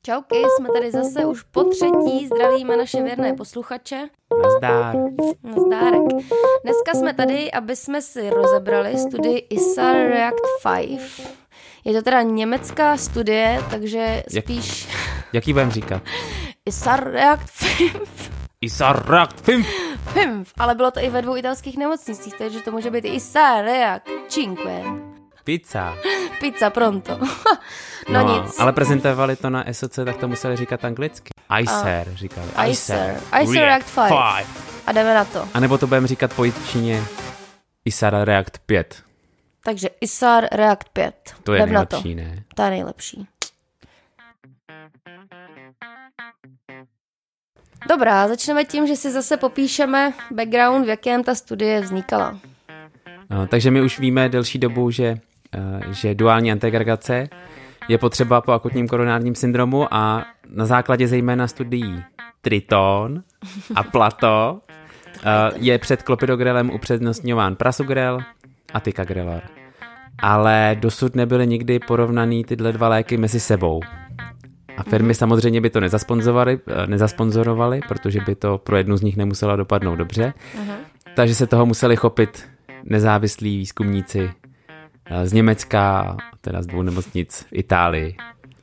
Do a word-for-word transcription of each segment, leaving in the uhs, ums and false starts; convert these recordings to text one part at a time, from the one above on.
Čauky, jsme tady zase už po třetí, zdravíme naše věrné posluchače. Nazdár. Nazdárek. Dneska jsme tady, aby jsme si rozebrali studii I S A React pět. Je to teda německá studie, takže spíš... Jak, jaký budem říkat? I S A React pět. I S A React pět. pět, ale bylo to i ve dvou italských nemocnicích, takže to může být I S A React cinque. Pizza. Pizza pronto. no, no nic. Ale prezentovali to na S O C, tak to museli říkat anglicky. I S A R říkali. I S A R. I S A React pět. A jdeme na to. A nebo to budeme říkat po jitčině I S A React pět. Takže I S A React pět. To je Jdem nejlepší, na to. ne? To je nejlepší. Dobrá, začneme tím, že si zase popíšeme background, v jakém ta studie vznikala. No, takže my už víme delší dobu, že, uh, že duální antiagregace je potřeba po akutním koronárním syndromu a na základě zejména studií Triton a Plato uh, je před klopidogrelem upřednostňován prasugrel a ticagrelor. Ale dosud nebyly nikdy porovnaný tyhle dva léky mezi sebou. A firmy samozřejmě by to nezasponzorovaly, nezasponzorovaly, protože by to pro jednu z nich nemuselo dopadnout dobře. Uh-huh. Takže se toho museli chopit nezávislí výzkumníci z Německa, teda z dvou nemocnic v Itálii.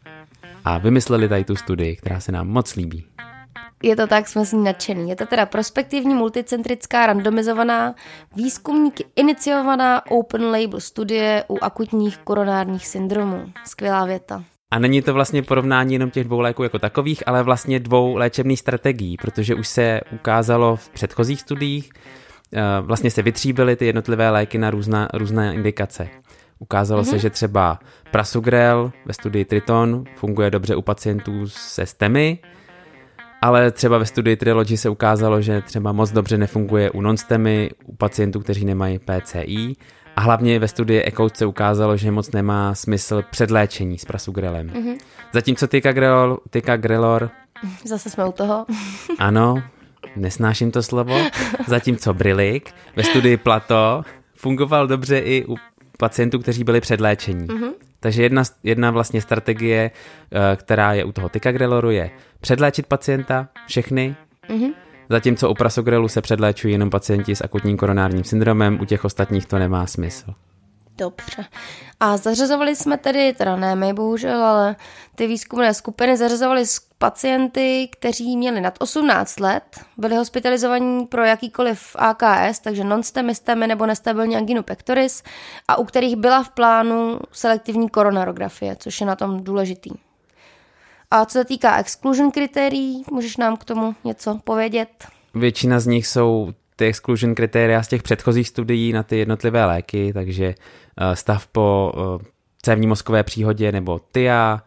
A vymysleli tady tu studii, která se nám moc líbí. Je to tak, jsme s ní nadšený. Je to teda prospektivní, multicentrická, randomizovaná, výzkumníky iniciovaná open label studie u akutních koronárních syndromů. Skvělá věta. A není to vlastně porovnání jenom těch dvou léků jako takových, ale vlastně dvou léčebných strategií, protože už se ukázalo v předchozích studiích, vlastně se vytříbily ty jednotlivé léky na různá, různé indikace. Ukázalo mm-hmm. se, že třeba prasugrel ve studii Triton funguje dobře u pacientů se STEMI, ale třeba ve studii Trilogy se ukázalo, že třeba moc dobře nefunguje u non-STEMI, u pacientů, kteří nemají P C I. A hlavně ve studii ECOUT se ukázalo, že moc nemá smysl předléčení s prasugrelem. Mm-hmm. Zatímco ticagrelor, ticagrelor... Zase jsme u toho. Ano, nesnáším to slovo. Zatímco Brilik ve studii Plato fungoval dobře i u pacientů, kteří byli předléčení. Mm-hmm. Takže jedna, jedna vlastně strategie, která je u toho ticagreloru, je předléčit pacienta, všechny, mm-hmm. zatímco u prasugrelu se předléčují jenom pacienti s akutním koronárním syndromem, u těch ostatních to nemá smysl. Dobře. A zařazovali jsme tedy, teda ne my bohužel, ale ty výzkumné skupiny zařazovali pacienty, kteří měli nad osmnáct let, byli hospitalizovaní pro jakýkoliv A K S, takže non-STEMI, STEMI nebo nestabilní anginu pectoris, a u kterých byla v plánu selektivní koronarografie, což je na tom důležitý. A co se týká exclusion kritérií, můžeš nám k tomu něco povědět? Většina z nich jsou ty exclusion kritéria z těch předchozích studií na ty jednotlivé léky, takže stav po cévní mozkové příhodě nebo T I A,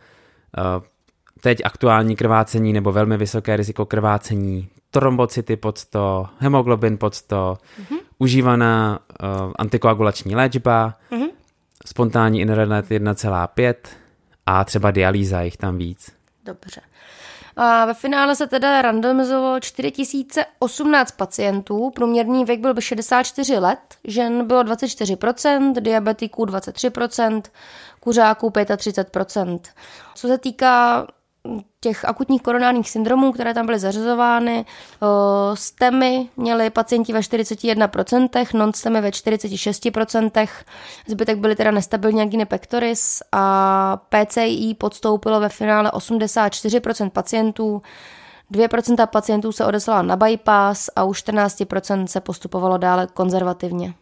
teď aktuální krvácení nebo velmi vysoké riziko krvácení, trombocyty pod sto, hemoglobin pod sto, mm-hmm. užívaná antikoagulační léčba, mm-hmm. spontánní intranet jedna celá pět a třeba dialýza, jich tam víc. Dobře. A ve finále se teda randomizovalo čtyři tisíce osmnáct pacientů, průměrný věk byl šedesát čtyři let, žen bylo dvacet čtyři procent, diabetiků dvacet tři procent, kuřáků třicet pět procent. Co se týká těch akutních koronárních syndromů, které tam byly zařazovány, STEMI měli pacienti ve čtyřicet jedna procent, non-STEMI ve čtyřicet šest procent, zbytek byly teda nestabilní anginy pectoris a P C I podstoupilo ve finále osmdesát čtyři procent pacientů, dvě procenta pacientů se odeslalo na bypass a u čtrnáct procent se postupovalo dále konzervativně.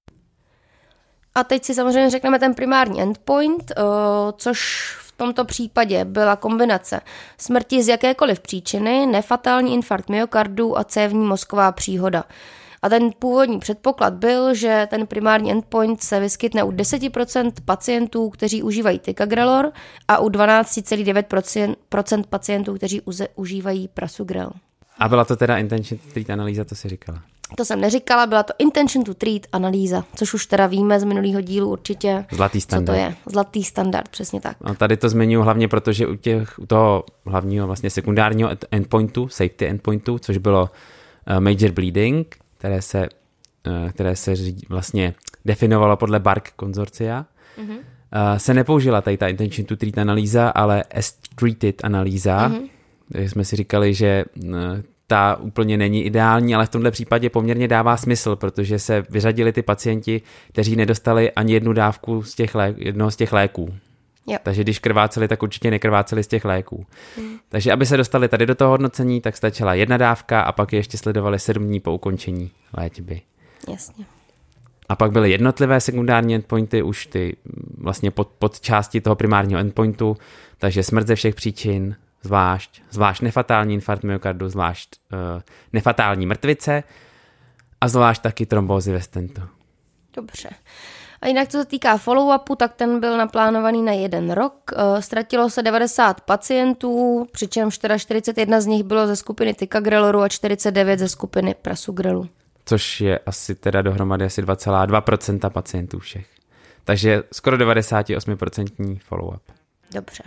A teď si samozřejmě řekneme ten primární endpoint, což v tomto případě byla kombinace smrti z jakékoliv příčiny, nefatální infarkt myokardu a cévní mozková příhoda. A ten původní předpoklad byl, že ten primární endpoint se vyskytne u deset procent pacientů, kteří užívají ticagrelor a u dvanáct celá devět procent pacientů, kteří uze, užívají prasugrel. A byla to teda intention to treat analýza, to si říkala? To jsem neříkala, byla to intention to treat analýza, což už teda víme z minulého dílu určitě, Zlatý standard. Co to je. Zlatý standard, přesně tak. No, tady to zmiňuji hlavně, protože u, těch, u toho hlavního vlastně sekundárního endpointu, safety endpointu, což bylo uh, major bleeding, které se, uh, které se vlastně definovalo podle B A R C konzorcia, mm-hmm. se nepoužila tady ta intention to treat analýza, ale as treated analýza. Mm-hmm. Takže jsme si říkali, že ta úplně není ideální, ale v tomhle případě poměrně dává smysl, protože se vyřadili ty pacienti, kteří nedostali ani jednu dávku z těch lé- jednoho z těch léků. Jo. Takže když krváceli, tak určitě nekrváceli z těch léků. Mm. Takže aby se dostali tady do toho hodnocení, tak stačila jedna dávka a pak je ještě sledovali sedm dní po ukončení léčby. Jasně. A pak byly jednotlivé sekundární endpointy, už ty vlastně pod, pod části toho primárního endpointu, takže smrt ze všech příčin, zvlášť, zvlášť nefatální infarkt myokardu, zvlášť uh, nefatální mrtvice a zvlášť taky trombózy ve stentu. Dobře. A jinak, co se týká follow-upu, tak ten byl naplánovaný na jeden rok. Ztratilo se devadesát pacientů, přičemž teda čtyřicet jedna z nich bylo ze skupiny Ticagrelloru a čtyřicet devět ze skupiny Prasugrelu. Což je asi teda dohromady asi dva celá dva procenta pacientů všech. Takže skoro devadesát osm procent follow-up. Dobře.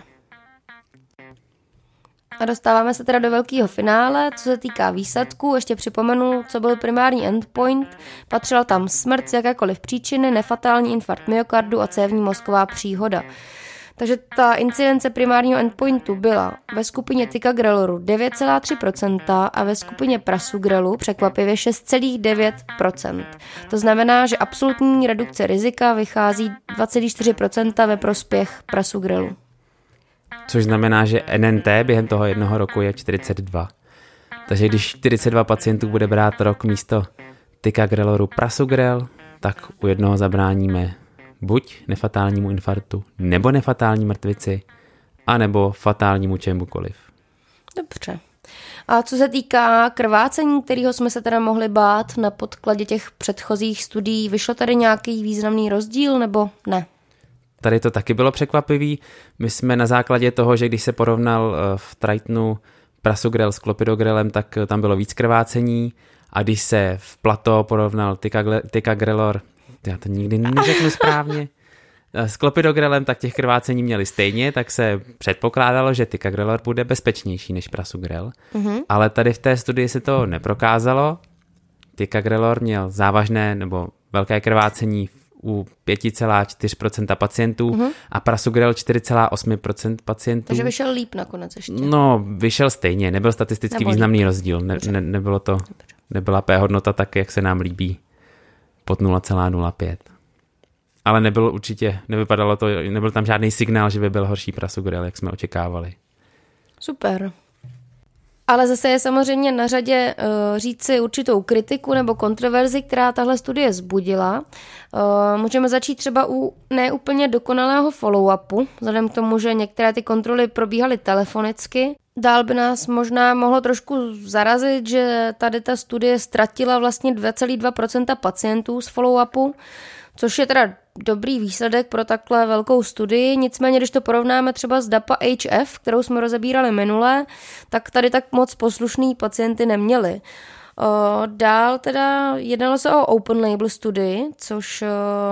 A dostáváme se teda do velkého finále. Co se týká výsledků, ještě připomenu, co byl primární endpoint. Patřila tam smrt z jakékoliv příčiny, nefatální infarkt myokardu a cévní mozková příhoda. Takže ta incidence primárního endpointu byla ve skupině Ticagrelloru devět celá tři procenta a ve skupině Prasugrelu překvapivě šest celá devět procenta. To znamená, že absolutní redukce rizika vychází dva celá čtyři procenta ve prospěch Prasugrelu. Což znamená, že N N T během toho jednoho roku je čtyřicet dva. Takže když čtyřicet dva pacientů bude brát rok místo Ticagrelloru Prasugrel, tak u jednoho zabráníme buď nefatálnímu infarktu, nebo nefatální mrtvici, anebo fatálnímu čemukoliv. Dobře. A co se týká krvácení, kterého jsme se teda mohli bát na podkladě těch předchozích studií, vyšlo tady nějaký významný rozdíl, nebo ne? Tady to taky bylo překvapivý. My jsme na základě toho, že když se porovnal v Tritonu Prasugrel s Clopidogrelem, tak tam bylo víc krvácení a když se v Plato porovnal Ticagrellor, já to nikdy neřeknu správně, s Clopidogrelem, tak těch krvácení měli stejně, tak se předpokládalo, že Ticagrellor bude bezpečnější než Prasugrel, mm-hmm. ale tady v té studii se to neprokázalo. Ticagrellor měl závažné nebo velké krvácení u pět celá čtyři procenta pacientů mm-hmm. a Prasugrel čtyři celá osm procenta pacientů. Takže vyšel líp nakonec ještě. No, vyšel stejně, nebyl statisticky Nebo významný líp. rozdíl, ne, ne, nebylo to, nebyla P hodnota tak, jak se nám líbí, pod nula celá nula pět. Ale nebyl určitě, nevypadalo to, nebyl tam žádný signál, že by byl horší Prasugrel, jak jsme očekávali. Super. Ale zase je samozřejmě na řadě uh, říct si určitou kritiku nebo kontroverzi, která tahle studie zbudila. Uh, můžeme začít třeba u neúplně dokonalého follow-upu, vzhledem k tomu, že některé ty kontroly probíhaly telefonicky. Dál by nás možná mohlo trošku zarazit, že tady ta studie ztratila vlastně dva celá dva procenta pacientů z follow-upu, což je teda dobrý výsledek pro takhle velkou studii, nicméně když to porovnáme třeba s D A P A H F, kterou jsme rozebírali minule, tak tady tak moc poslušný pacienty neměli. Dál teda jednalo se o open label studii, což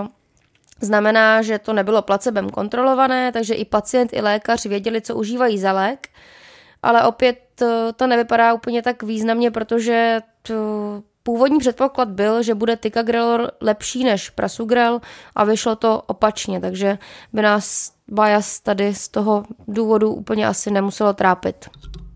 znamená, že to nebylo placebem kontrolované, takže i pacient, i lékař věděli, co užívají za lék, ale opět to nevypadá úplně tak významně, protože to původní předpoklad byl, že bude Ticagrelor lepší než Prasugrel a vyšlo to opačně, takže by nás bias tady z toho důvodu úplně asi nemuselo trápit.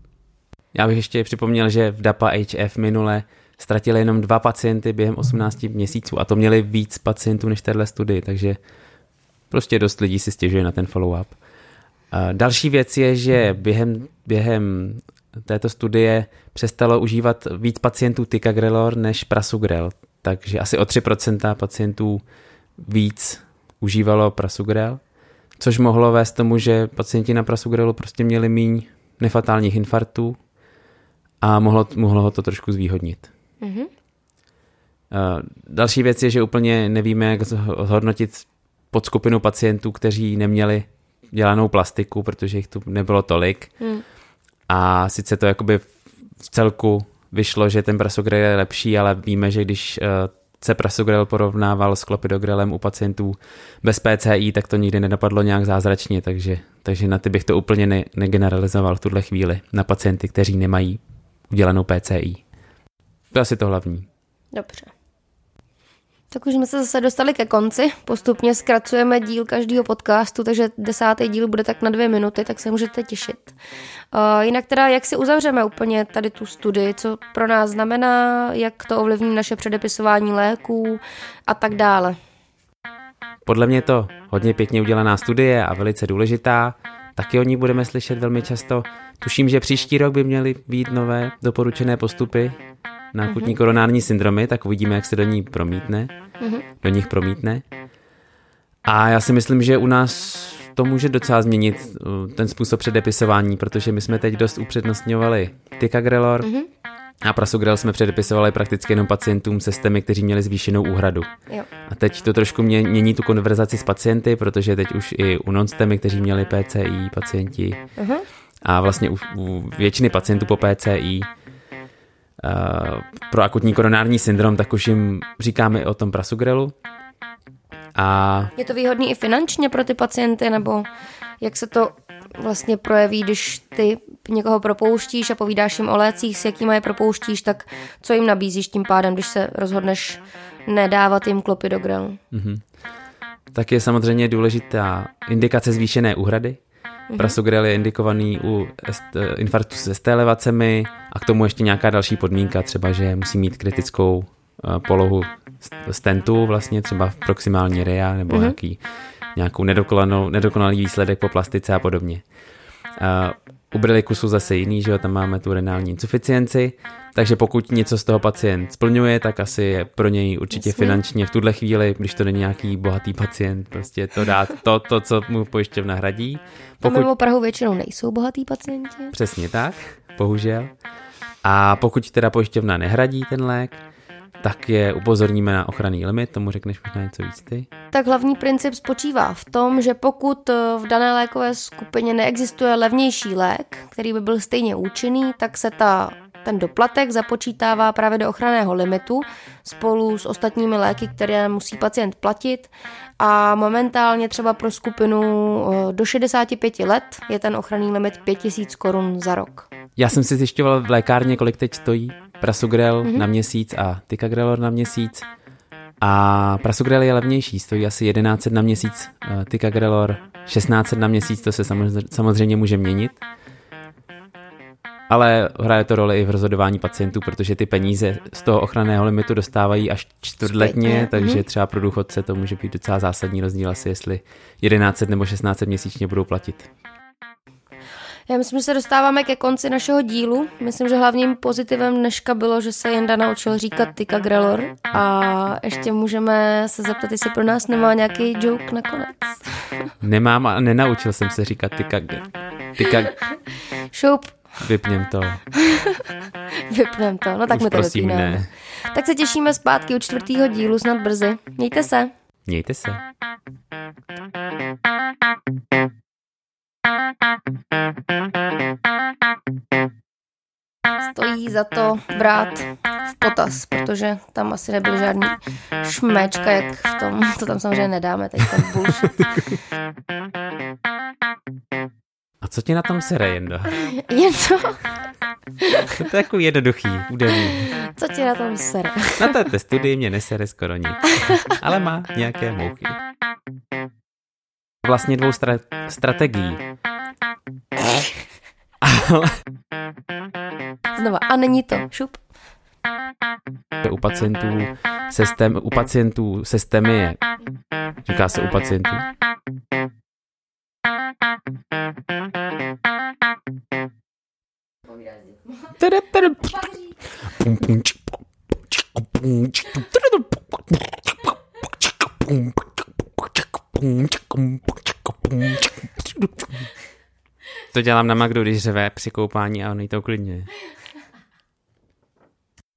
Já bych ještě připomněl, že v D A P A H F minule ztratili jenom dva pacienty během osmnácti měsíců a to měli víc pacientů než téhle studii, takže prostě dost lidí si stěžuje na ten follow-up. Další věc je, že během, během této studie přestalo užívat víc pacientů Ticagrelor než Prasugrel, takže asi o tři procenta pacientů víc užívalo Prasugrel, což mohlo vést tomu, že pacienti na Prasugrelu prostě měli míň nefatálních infarktů a mohlo, mohlo ho to trošku zvýhodnit. Mm-hmm. Další věc je, že úplně nevíme, jak zhodnotit podskupinu pacientů, kteří neměli dělanou plastiku, protože jich tu nebylo tolik. Mm. A sice to jakoby v celku vyšlo, že ten Prasugrel je lepší, ale víme, že když se Prasugrel porovnával s Clopidogrelem u pacientů bez P C I, tak to nikdy nedopadlo nějak zázračně, takže, takže na ty bych to úplně ne, negeneralizoval v tuhle chvíli na pacienty, kteří nemají udělanou P C I. To je asi to hlavní. Dobře. Tak už jsme se zase dostali ke konci, postupně zkracujeme díl každého podcastu, takže desátý díl bude tak na dvě minuty, tak se můžete těšit. Uh, jinak teda, jak si uzavřeme úplně tady tu studii, co pro nás znamená, jak to ovlivní naše předepisování léků a tak dále. Podle mě je to hodně pěkně udělaná studie a velice důležitá, taky o ní budeme slyšet velmi často. Tuším, že příští rok by měly být nové doporučené postupy na akutní mm-hmm. koronární syndromy, tak uvidíme, jak se do ní promítne, mm-hmm. do nich promítne. A já si myslím, že u nás to může docela změnit ten způsob předepisování, protože my jsme teď dost upřednostňovali Ticagrelor mm-hmm. a Prasugrel jsme předepisovali prakticky jenom pacientům se STEMy, kteří měli zvýšenou úhradu. Jo. A teď to trošku mě, mění tu konverzaci s pacienty, protože teď už i u non-STEMy, kteří měli P C I pacienti mm-hmm. a vlastně u, u většiny pacientů po P C I Uh, pro akutní koronární syndrom, tak už jim říkáme o tom Prasugrelu. A je to výhodný i finančně pro ty pacienty, nebo jak se to vlastně projeví, když ty někoho propouštíš a povídáš jim o lécích, s jakýma je propouštíš, tak co jim nabízíš tím pádem, když se rozhodneš nedávat jim Clopidogrel? Mm-hmm. Tak je samozřejmě důležitá indikace zvýšené úhrady. Mm-hmm. Prasugrel je indikovaný u est, infarktu s S T elevacemi a k tomu ještě nějaká další podmínka, třeba, že musí mít kritickou uh, polohu stentu, vlastně třeba v proximální R I A nebo mm-hmm. nějaký, nějakou nedokonalý výsledek po plastice a podobně. Uh, u Briliku jsou zase jiný, že jo, tam máme tu renální insuficienci, takže pokud něco z toho pacient splňuje, tak asi je pro něj určitě Jasně. finančně v tuhle chvíli, když to není nějaký bohatý pacient, prostě to dát to, to co mu pojišťovna hradí. Pokud... A mimo Prahu většinou nejsou bohatý pacienti. Přesně tak, bohužel. A pokud teda pojišťovna nehradí ten lék, tak je upozorníme na ochranný limit, tomu řekneš možná něco víc ty. Tak hlavní princip spočívá v tom, že pokud v dané lékové skupině neexistuje levnější lék, který by byl stejně účinný, tak se ta, ten doplatek započítává právě do ochranného limitu spolu s ostatními léky, které musí pacient platit a momentálně třeba pro skupinu do šedesáti pěti let je ten ochranný limit pět tisíc korun za rok. Já jsem si zjišťoval v lékárně, kolik teď stojí Prasugrel mm-hmm. na měsíc a Ticagrelor na měsíc. A Prasugrel je levnější, stojí asi jedenáct set na měsíc, Ticagrelor šestnáct set na měsíc, to se samozřejmě může měnit. Ale hraje to roli i v rozhodování pacientů, protože ty peníze z toho ochranného limitu dostávají až čtvrtletně, takže mm-hmm. třeba pro důchodce to může být docela zásadní rozdíl asi, jestli jedenáct set nebo šestnáct set měsíčně budou platit. Já myslím, že se dostáváme ke konci našeho dílu. Myslím, že hlavním pozitivem dneška bylo, že se Jenda naučil říkat Ticagrelor a ještě můžeme se zeptat, jestli pro nás nemá nějaký joke nakonec. Nemám a nenaučil jsem se říkat Ticagrelor. Tika... Šup. Vypněm to. Vypněm to, no tak Už my to prosím, vypínáme. Ne. Tak se těšíme zpátky u čtvrtýho dílu, snad brzy. Mějte se. Mějte se. Stojí za to brát v potaz, protože tam asi nebyl žádný šmečka, jak v tom, to tam samozřejmě nedáme, teď ten bullshit. A co ti na tom sere, Jendo? Jendo? To je takový jednoduchý, údajný. Co ti na tom sere? Na této studii mě nesere skoro nic, ale má nějaké mouchy. Vlastně dvou stra- strategií. Ale... Znova, a není to, šup. U pacientů se STEM, u pacientů se STEMy je, říká se u pacientů. To dělám na Magdu, když řve při koupání a on jí to uklidňuje.